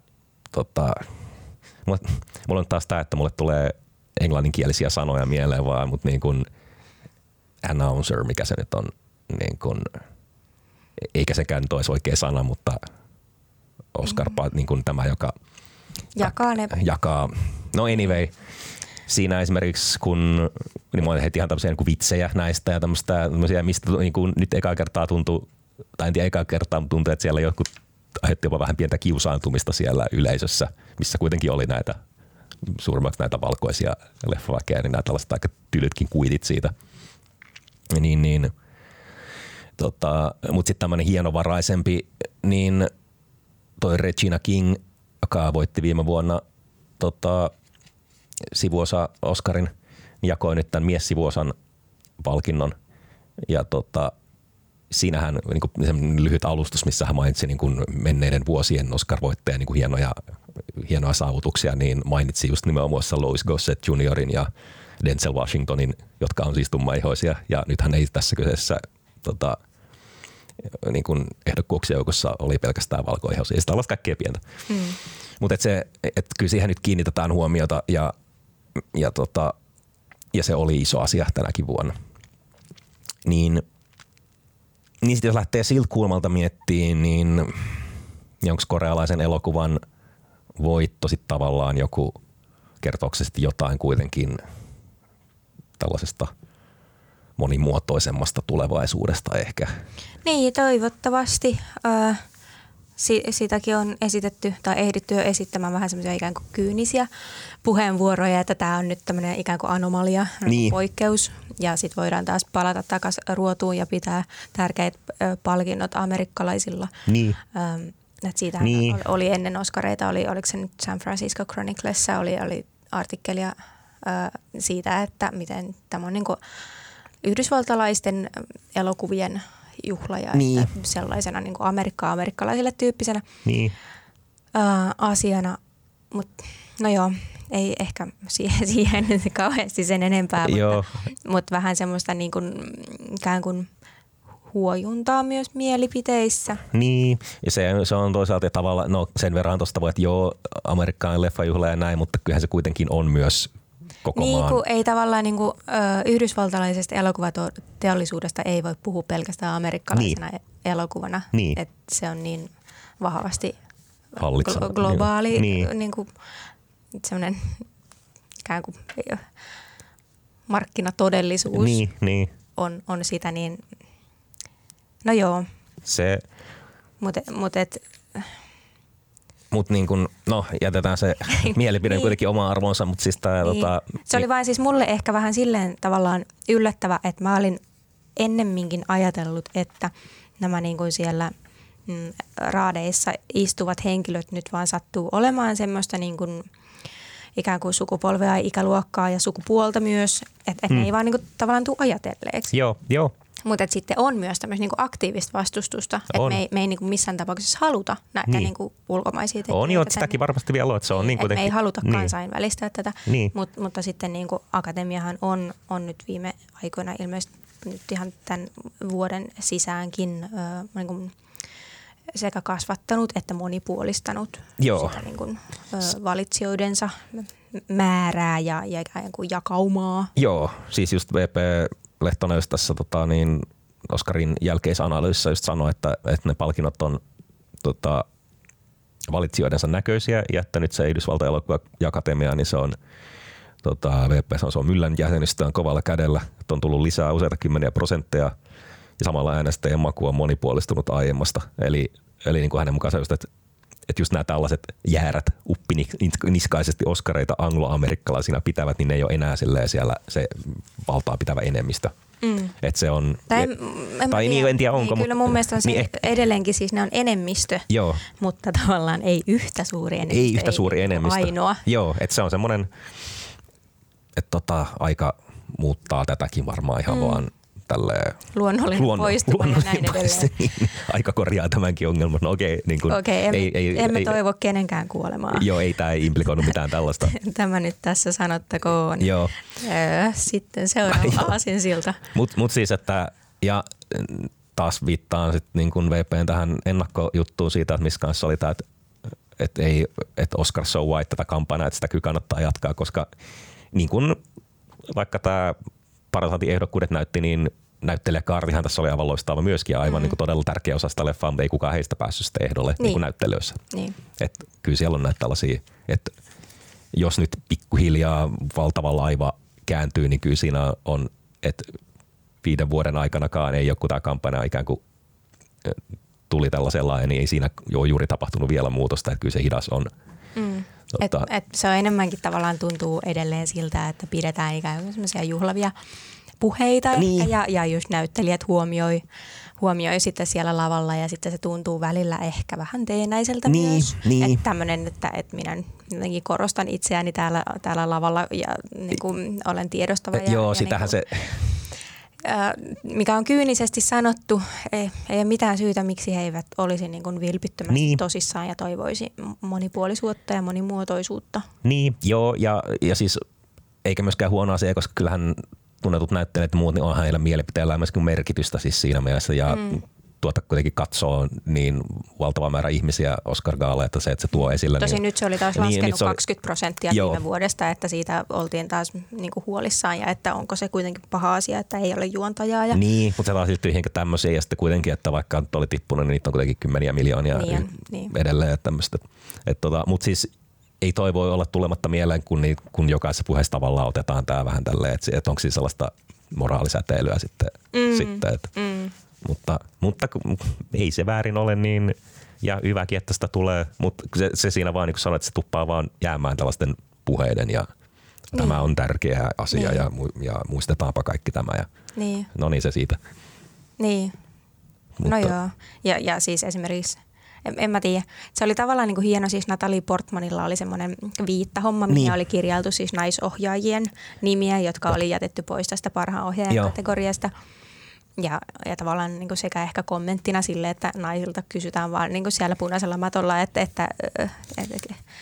mulla on taas tämä, että mulle tulee englanninkielisiä sanoja mieleen vaan, mutta niin kuin announcer, mikä se nyt on, niin kuin, eikä sekään nyt olisi oikea sana, mutta Oscar, niin kuin tämä, joka jakaa. No anyway, siinä esimerkiksi kun niin mulla on heti ihan tämmöisiä niin kuin vitsejä näistä ja tämmöisiä, mistä niin kuin nyt ekaa kertaa tuntuu, tai en tiedä ekaa kertaa tuntuu, että siellä jotkut aiheutti jopa vähän pientä kiusaantumista siellä yleisössä, missä kuitenkin oli näitä suurimmaksi näitä valkoisia leffaväkeä, niin nämä tällaiset aika tylytkin kuitit siitä. Mutta sitten tämmöinen hienovaraisempi, niin toi Regina King, joka voitti viime vuonna sivuosa Oscarin, niin jakoi nyt tämän miessivuosan palkinnon. Ja siinähän niin lyhyt alustus, missä hän mainitsi niin kuin menneiden vuosien Oscar-voittajien niin hienoja saavutuksia, niin mainitsi just nimenomaan Louis Gossett Juniorin ja Denzel Washingtonin, jotka on siis tummaihoisia. Ja nythän ei tässä kyseessä niin kuin ehdokkuuksien joukossa oli pelkästään valkoihoisia. Sitä on kaikkea pientä. Mutta kyllä siihen nyt kiinnitetään huomiota ja se oli iso asia tänäkin vuonna. Niin sitten jos lähtee siltä kulmalta miettimään, niin onko korealaisen elokuvan voitto sitten tavallaan joku, kertooko se sitten jotain kuitenkin tällaisesta monimuotoisemmasta tulevaisuudesta ehkä? Niin, toivottavasti. Sitäkin on esitetty tai ehditty jo esittämään vähän semmoisia ikään kuin kyynisiä puheenvuoroja, että tämä on nyt tämmöinen ikään kuin anomalia, poikkeus. Ja sitten voidaan taas palata takaisin ruotuun ja pitää tärkeät palkinnot amerikkalaisilla. Niin. Siitähän oli ennen Oscareita, oliko se nyt San Francisco Chroniclessa, oli artikkelia siitä, että miten tämä on niin kuin yhdysvaltalaisten elokuvien juhla ja että sellaisena niin kuin amerikkalaisille tyyppisenä asiana. Mut, no joo, ei ehkä siihen nyt kauheasti sen enempää, mutta vähän semmoista niin kuin, ikään kuin huojuntaa myös mielipiteissä. Niin, ja se on toisaalta tavalla, no sen verran tuosta voi, että amerikkalainen leffajuhla ja näin, mutta kyllähän se kuitenkin on myös koko maan. Kun ei tavallaan niin kuin, yhdysvaltalaisesta elokuvateollisuudesta ei voi puhua pelkästään amerikkalaisena elokuvana. Niin. Että se on niin vahvasti Niin. globaali niin kuin, semmoinen ikään kuin markkinatodellisuus niin. On sitä niin, no joo. Se. Mutta niin kun, no jätetään se mielipide kuitenkin oma arvonsa, mutta siis tää niin. Se oli vain siis mulle ehkä vähän silleen tavallaan yllättävä, että mä olin ennemminkin ajatellut, että nämä niin kuin siellä raadeissa istuvat henkilöt nyt vaan sattuu olemaan semmoista niin kuin ikään kuin sukupolvea, ikäluokkaa ja sukupuolta myös, että ne ei vaan niin kuin tavallaan tule ajatelleeksi. Joo. Mutta sitten on myös tämmöistä niinku aktiivista vastustusta, että me ei niinku missään tapauksessa haluta näitä niinku ulkomaisia tekijöitä. On jo, sitäkin varmasti vielä on, että se on niin kuin... Me ei haluta kansainvälistää tätä, mutta sitten niinku akatemiahan on nyt viime aikoina ilmeisesti nyt ihan tämän vuoden sisäänkin niinku sekä kasvattanut että monipuolistanut sitä niinku, valitsijoidensa määrää ja ikään kuin jakaumaa. Joo, siis just VP Lehtonen just tässä Oscarin jälkeisanalyysissä just sanoi, että ne palkinnot on valitsijoidensa näköisiä ja että nyt se Yhdysvaltain elokuva-akatemia, niin se on VP se on myllän jäsenistöön kovalla kädellä, että on tullut lisää useita kymmeniä prosentteja ja samalla äänestäjien maku on monipuolistunut aiemmasta. Eli niin kuin hänen mukaansa just, että just nämä tällaiset jäärät uppiniskaisesti Oscareita angloamerikkalaisina pitävät, niin ne ei ole enää siellä se valtaa pitävä enemmistö. Että se on, en tiedä onko. Kyllä mun mielestä on se edelleenkin siis ne on enemmistö, mutta tavallaan ei yhtä suuri enemmistö. Ei yhtä suuri enemmistö. Ainoa. Joo, että se on semmoinen, että aika muuttaa tätäkin varmaan ihan vaan tälleen luonnollinen poistuma ja näin edelleen. Aika korjaa tämänkin ongelman. No emme toivo kenenkään kuolemaa. Joo, tämä ei implikoinut mitään tällaista. Tämä nyt tässä sanottakoon. Joo. Sitten seuraava aasinsilta. Mut siis, että ja taas viittaan sitten niin kuin VP:n tähän ennakkojuttuun siitä, että missä kanssa oli tämä, että Oscar so white tätä kampanjaa, että sitä kyllä kannattaa jatkaa, koska niin kuin vaikka tämä Parasaatin ehdokkuudet näytti, niin näyttelijäkaartihan tässä oli aivan loistava myöskin ja aivan niin kuin todella tärkeä osa sitä leffaa, mutta ei kukaan heistä päässyt sitten ehdolle niin kuin näyttelijöissä. Niin. Et kyllä siellä on näitä tällaisia, että jos nyt pikkuhiljaa valtava laiva kääntyy, niin kyllä siinä on, että 5 vuoden aikanakaan ei joku tämä kampanja ikään kuin tuli tällaisella, niin ei siinä ole juuri tapahtunut vielä muutosta, että kyllä se hidas on. Et se on enemmänkin tavallaan tuntuu edelleen siltä, että pidetään ikään kuin semmoisia juhlavia puheita ja just näyttelijät huomioi sitten siellä lavalla ja sitten se tuntuu välillä ehkä vähän teenäiseltä myös. Että tämmöinen, että minä jotenkin korostan itseäni täällä lavalla ja niin kuin olen tiedostava. Joo, sitähän niin kuin, se... mikä on kyynisesti sanottu, ei ole mitään syytä, miksi he eivät olisi niin kuin vilpittömästi tosissaan ja toivoisi monipuolisuutta ja monimuotoisuutta. Niin, joo, ja siis eikä myöskään huono asia, koska kyllähän tunnetut näyttelijät ja muut, niin onhan heillä mielipiteellä myöskin merkitystä siis siinä mielessä ja tuota kuitenkin katsoo niin valtava määrä ihmisiä Oscar-gaalla, että se tuo esille. Tosin nyt se oli taas laskenut 20% viime vuodesta, että siitä oltiin taas niinku huolissaan ja että onko se kuitenkin paha asia, että ei ole juontajaa. Ja... Niin, mutta se taas liittyy ihan tämmöisiä ja sitten kuitenkin, että vaikka nyt oli tippunut, niin niitä on kuitenkin kymmeniä miljoonia edelleen. Mutta siis ei toi voi olla tulematta mieleen, kun jokaisessa puheessa tavallaan otetaan tämä vähän tälleen, että onko siinä sellaista moraalisäteilyä sitten. Mutta ei se väärin ole niin, ja hyväkin, että sitä tulee, mutta se siinä vaan niin kuin sanoit, että se tuppaa vaan jäämään tällaisten puheiden ja tämä on tärkeä asia ja muistetaanpa kaikki tämä ja no niin se siitä. Niin, mutta, no joo ja siis esimerkiksi en mä tiedä. Se oli tavallaan niin kuin hieno, siis Natalie Portmanilla oli semmoinen viittahomma, mihin oli kirjailtu siis naisohjaajien nimiä, jotka oli jätetty pois tästä parhaan ohjaajan kategoriasta. Ja tavallaan niin kuin sekä ehkä kommenttina sille, että naisilta kysytään vaan niin kuin siellä punaisella matolla, että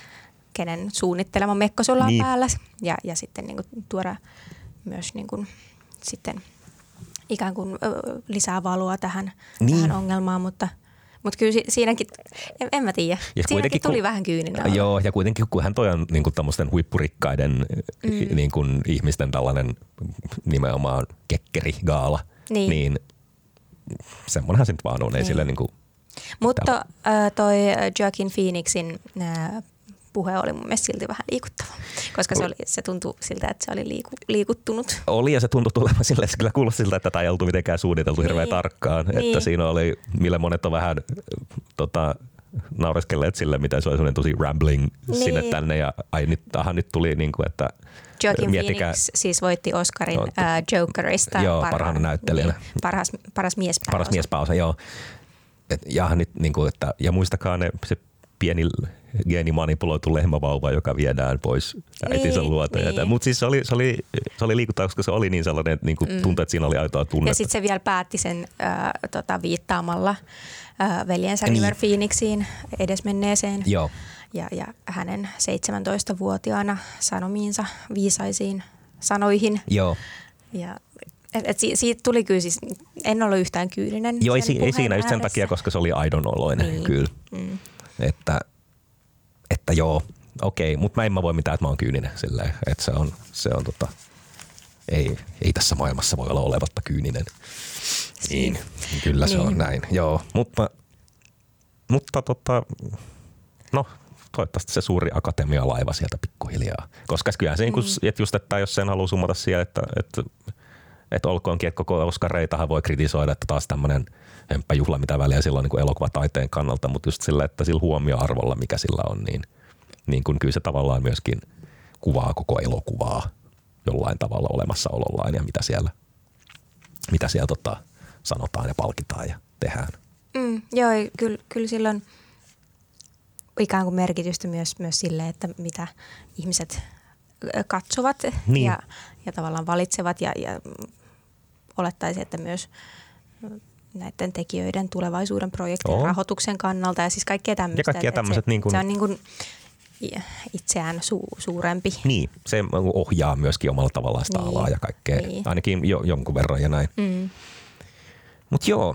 kenen suunnittelema mekko sulla on päällä ja sitten niin kuin tuoda myös niin kuin sitten ikään kuin lisää valoa tähän ongelmaan, mutta kyllä siinäkin, en mä tiedä, siinäkin tuli vähän kyyninen. Joo, ja kuitenkin kun hän toi on niin kuin tämmöisten huippurikkaiden niin kuin ihmisten tällainen nimenomaan kekkerigaala, niin semmoinenhan se nyt vaan on, ei sille niin kuin. Mutta toi Joaquin Phoenixin puhe oli mun mielestä silti vähän liikuttava, koska se tuntui siltä, että se oli liikuttunut. Oli ja se tuntui tulevan silleen, se kyllä kuulosti siltä, että tätä ei oltu mitenkään suunniteltu hirveän tarkkaan. Että siinä oli, millä monet on vähän naureskelleet sille, miten se oli sellainen tosi rambling sinne tänne ja nyt tuli niin kuin, että Joaquin Phoenix siis voitti Oscarin Jokerista. Joo, parhaana näyttelijänä. Paras miespääosa. Paras miespääosa, joo. Ja nyt niin kuin, että ja muistakaa se pieni geenimanipuloitu lehmävauva, joka viedään pois äitinsä luota. Mutta siis se oli liikuttava, koska se oli niin sellainen, että niinku tuntui, että siinä oli aitoa tunnetta. Ja sitten se vielä päätti sen viittaamalla veljensä River Phoenixiin edesmenneeseen. Joo. Ja hänen 17-vuotiaana sanomiinsa viisaisiin sanoihin. Joo. Ja siitä tuli kyllä siis, en ollut yhtään kyyninen. Joo, ei siinä just sen takia, koska se oli aidonoloinen kyllä. Että joo, okei, mutta mä voi mitään, että mä oon kyyninen silleen, että se on ei tässä maailmassa voi olla olevatta kyyninen. Niin, kyllä se on näin, joo, mutta no toivottavasti se suuri akatemialaiva sieltä pikkuhiljaa, koska kyllä se että just, että jos sen haluaa summata siellä, että olkoonkin, että koko Oscareitahan voi kritisoida, että taas tämmöinen hömppäjuhla, mitä väliä sillä on niin kuin elokuvataiteen kannalta, mutta just sillä, että sillä huomioarvolla, mikä sillä on, niin kuin kyllä se tavallaan myöskin kuvaa koko elokuvaa jollain tavalla olemassaolollaan ja mitä siellä sanotaan ja palkitaan ja tehdään. Joo, kyllä silloin ikään kuin merkitystä myös sille, että mitä ihmiset katsovat ja tavallaan valitsevat ja olettaisiin, että myös näiden tekijöiden tulevaisuuden projektien rahoituksen kannalta ja siis kaikkea tämmöistä. Ja kaikkia tämmöiset se on niin kuin itseään suurempi. Niin, se ohjaa myöskin omalla tavallaan sitä alaa ja kaikkea, ainakin jonkun verran ja näin. Mutta joo,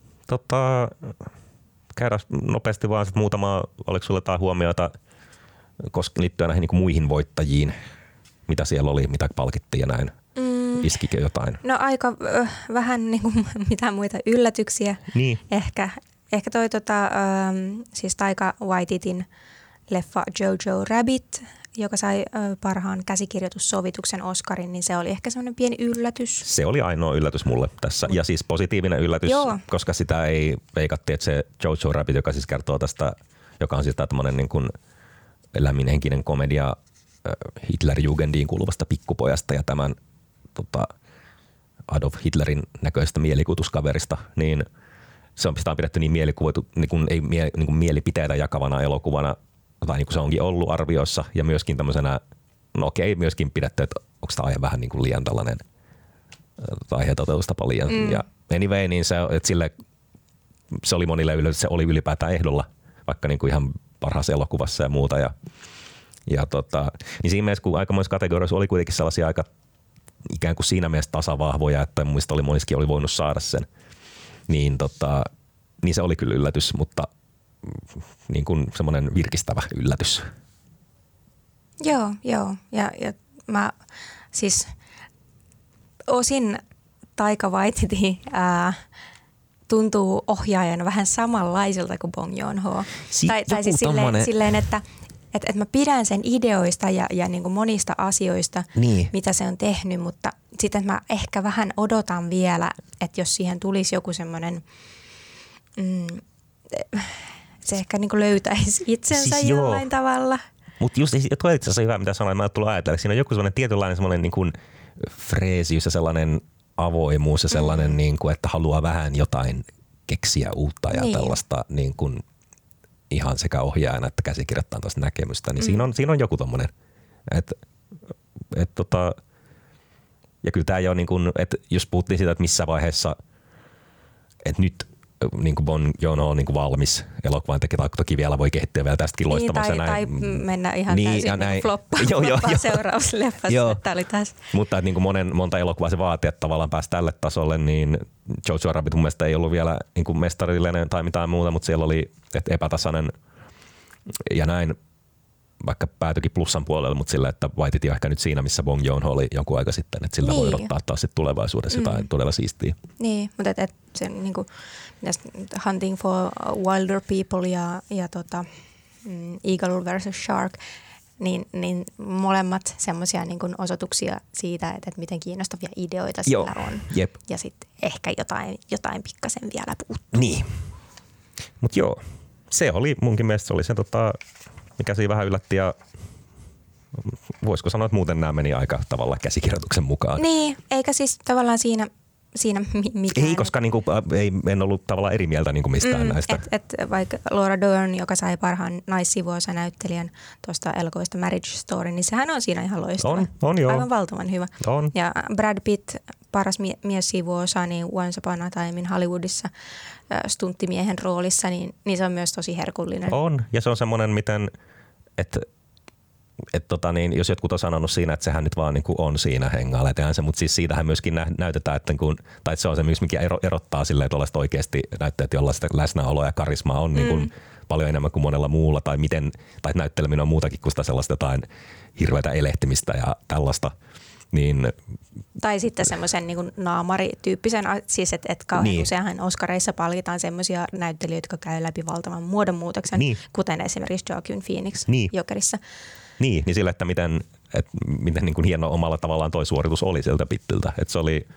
käydään nopeasti vaan sit muutama, oliko sulla jotain huomioita liittyen näihin niin muihin voittajiin, mitä siellä oli, mitä palkittiin ja näin? Iskikö jotain? No aika vähän niin kuin mitään muita yllätyksiä. Niin. Ehkä toi siis Taika Waititin leffa Jojo Rabbit, joka sai parhaan käsikirjoitussovituksen Oscarin, niin se oli ehkä semmoinen pieni yllätys. Se oli ainoa yllätys mulle tässä. Ja siis positiivinen yllätys, koska sitä ei veikattiin, että se Jojo Rabbit, joka siis kertoo tästä, joka on siis tämmöinen niin kuin lämminhenkinen komedia Hitlerjugendiin kuuluvasta pikkupojasta ja tämän Adolf Hitlerin näköistä mielikuvituskaverista, niin sitä on pidetty niin mielipiteitä jakavana elokuvana, tai niin kuin se onkin ollut arvioissa, ja myöskin tämmöisenä, myöskin pidetty, että onko tämä aihe vähän niin kuin liian tällainen, aihe toteutusta paljon. Ja anyway, niin se oli monille yllätys, se oli ylipäätään ehdolla, vaikka niin kuin ihan parhaassa elokuvassa ja muuta. Niin siinä mielessä, kun aika monissa kategorioissa oli kuitenkin sellaisia aika ikään kuin siinä mielessä tasavahvoja, että muista moniskin oli voinut saada sen, niin se oli kyllä yllätys, mutta niin kuin semmoinen virkistävä yllätys. Joo. Ja mä siis osin Taika Waititi tuntuu ohjaajana vähän samanlaiselta kuin Bong Joon-ho. Tai siis silleen, että mä pidän sen ideoista ja niin kuin monista asioista, mitä se on tehnyt, mutta sitten mä ehkä vähän odotan vielä, että jos siihen tulisi joku semmoinen, se ehkä niin kuin löytäisi itsensä siis jollain tavalla. Mutta just tuo itse asiassa hyvä, mitä sanoin, mä tullut ajatella. Siinä on joku semmoinen tietynlainen semmoinen niin kuin freesiys ja sellainen avoimuus ja sellainen, niin kuin, että haluaa vähän jotain keksiä uutta ja tällaista niin kuin ihan sekä ohjaajana että käsikirjoittaa tuosta näkemystä, niin siinä on joku tommonen. Ja kyllä tämä ei ole niin kuin, että jos puhuttiin siitä, että missä vaiheessa, että nyt niin kuin Bong Joon-ho niin kuin valmis elokuvan tekijä, toki vielä voi kehittyä vielä tästäkin loistamassa. Niin, tai mennä ihan täysin floppaa seuraavassa. Tämä oli tässä. Mutta että niin kuin monta elokuvaa se vaatii, että tavallaan pääsi tälle tasolle, niin Jojo Rabbit mun mielestä ei ollut vielä niin kuin mestarillinen tai mitään muuta, mutta siellä oli epätasainen ja näin, vaikka päätyikin plussan puolelle, mutta sillä, että Waititi ehkä nyt siinä, missä Bong Joon-ho oli jonkun aika sitten, että sillä voi odottaa taas sitten tulevaisuudessa jotain todella siistiä. Niin, mutta se niinku Hunting for Wilder People ja Eagle vs. Shark, niin molemmat semmoisia niinku osoituksia siitä, että miten kiinnostavia ideoita sillä on. Jep. Ja sitten ehkä jotain pikkasen vielä puuttuu. Niin, mutta joo, se oli munkin mielestä se oli se mikä siinä vähän yllätti ja voisiko sanoa, että muuten nämä meni aika tavalla käsikirjoituksen mukaan. Niin, eikä siis tavallaan siinä mitään. Ei, koska niinku, en ollut tavallaan eri mieltä niinku mistään näistä. Vaikka Laura Dern, joka sai parhaan naissivuosanäyttelijän tuosta elokuvista Marriage Story, niin sehän on siinä ihan loistava. On joo. Aivan valtavan hyvä. On. Ja Brad Pitt, paras miessivuosa, niin Once Upon a Time in Hollywoodissa stunttimiehen roolissa, niin se on myös tosi herkullinen. On, ja se on semmoinen, miten, että jos jotkut on sanonut siinä, että sehän nyt vaan niin kuin on siinä hengaalla, mutta siis siitähän myöskin näytetään, että se on se, mikä erottaa silleen, että ollaista oikeasti näyttää, että jollaista läsnäoloa ja karismaa on niin kuin paljon enemmän kuin monella muulla, tai näytteleminen on muutakin kuin sitä sellaista jotain hirveätä elehtimistä ja tällaista. Niin, tai sitten semmoisen niin naamarityyppisen, siis että kauhean useinhan Oscareissa palkitaan semmoisia näyttelijöitä, jotka käy läpi valtavan muodonmuutoksen, kuten esimerkiksi Joaquin Phoenix Jokerissa. Niin sillä, että miten niin kuin hieno omalla tavallaan toi suoritus oli sieltä Pittiltä. Että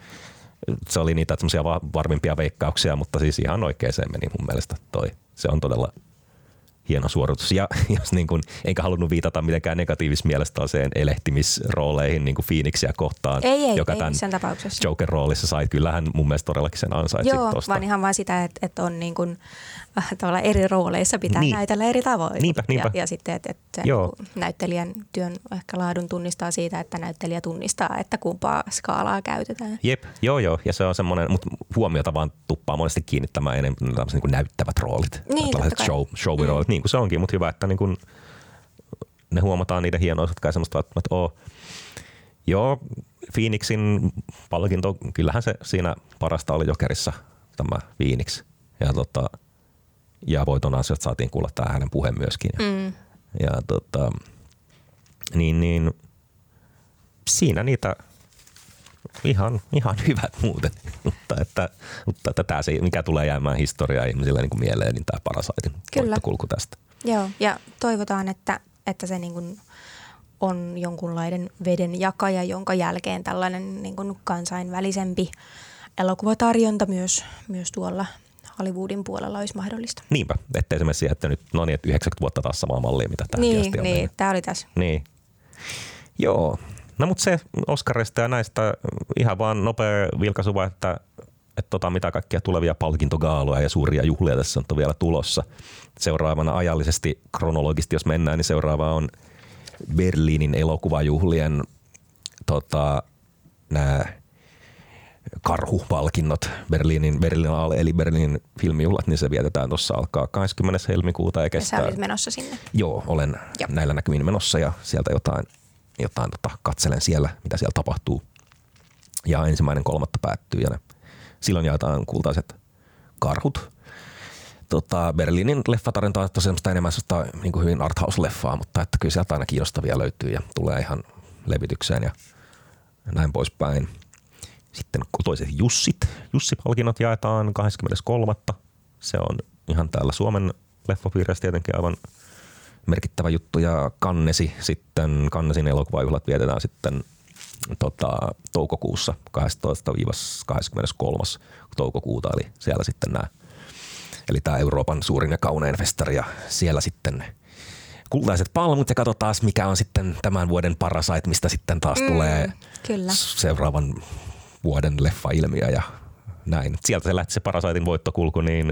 se oli niitä semmoisia varmimpia veikkauksia, mutta siis ihan oikeeseen meni mun mielestä toi. Se on todella hieno suoritus. Ja jos niin kuin, enkä halunnut viitata mitenkään negatiivisessa mielestä elehtimisrooleihin niin kuin Phoenixia kohtaan, joka tämän Joker-roolissa sai. Kyllähän mun mielestä todellakin sen ansaitsi tosta. Vaan ihan vaan sitä, että on niin kuin, tavallaan eri rooleissa pitää näytellä eri tavoin. Niinpä. Ja sitten, että näyttelijän työn ehkä laadun tunnistaa siitä, että näyttelijä tunnistaa, että kumpaa skaalaa käytetään. Jep, joo. Ja se on semmoinen, mutta huomiota vaan tuppaa monesti kiinnittämään enemmän niin kuin näyttävät roolit. Niin, show-roolit, niin kuin se onkin, mutta hyvä, että niin kuin ne huomataan niiden hienoisuus, jotka ei semmoista välttämättä ole. Joo, Phoenixin palkinto, kyllähän se siinä parasta oli Jokerissa, tämä Phoenix. Ja voiton ansiot saatiin kuulla tämä hänen puhe myöskin. Ja niin siinä niitä ihan hyvät muuten, mutta että tämä se, mikä tulee jäämään historiaa ihmisille niin kuin mieleen, niin tämä Parasaitin voittokulku tästä. Joo, ja toivotaan, että se niin kuin on jonkunlainen veden jakaja, jonka jälkeen tällainen niin kuin kansainvälisempi elokuvatarjonta myös tuolla Hollywoodin puolella olisi mahdollista. Niinpä, ettei se mene siihen, että nyt 90 vuotta taas samaa mallia, mitä tähänkin asti on mennyt. Niin, tämä oli tässä. Niin. Joo, no mutta se Oscarista ja näistä ihan vaan nopea vilkaisuva, että mitä kaikkia tulevia palkintogaaloja ja suuria juhlia tässä on vielä tulossa. Seuraavana ajallisesti, kronologisesti jos mennään, niin seuraava on Berliinin elokuvajuhlien nämä karhupalkinnot, Berlinale eli Berliinin filmijuhlat, niin se vietetään tuossa alkaa 20. helmikuuta ja kestää. Ja sä olit menossa sinne? Joo, olen näillä näkymin menossa ja sieltä jotain katselen siellä, mitä siellä tapahtuu. Ja 1.3. päättyy ja silloin jaetaan kultaiset karhut. Berliinin leffatarjonta on tosiaan enemmän niin kuin hyvin arthouse-leffaa, mutta että kyllä sieltä aina kiinnostavia löytyy ja tulee ihan levitykseen ja näin poispäin. Sitten toiset Jussi-palkinnot jaetaan 23. Se on ihan täällä Suomen leffapiirissä tietenkin aivan merkittävä juttu. Ja Cannesin elokuvajuhlat vietetään sitten toukokuussa 12-23. toukokuuta, eli siellä sitten eli tämä Euroopan suurin ja kaunein festari ja siellä sitten kultaiset palmut ja katsotaan mikä on sitten tämän vuoden Parasite, mistä sitten taas tulee seuraavan vuoden leffa-ilmiö ja näin. Sieltä se lähti se Parasaitin voittokulku, niin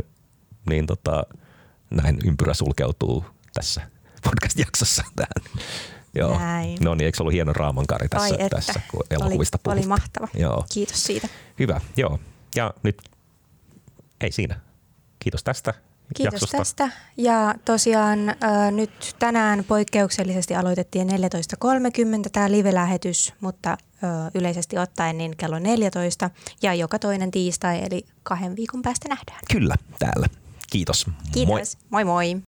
näin ympyrä sulkeutuu tässä podcast-jaksossa tähän. Joo. Näin. No niin, eikö se ollut hieno raamankari tässä kun elokuvista puhutaan? Oli mahtava. Joo. Kiitos siitä. Hyvä, joo. Ja nyt ei siinä. Kiitos tästä Kiitos jaksosta. tästä. Ja tosiaan nyt tänään poikkeuksellisesti aloitettiin 14.30 tämä live-lähetys, mutta yleisesti ottaen niin kello 14 ja joka toinen tiistai, eli 2 viikon päästä nähdään. Kyllä, täällä. Kiitos. Kiitos. Moi moi.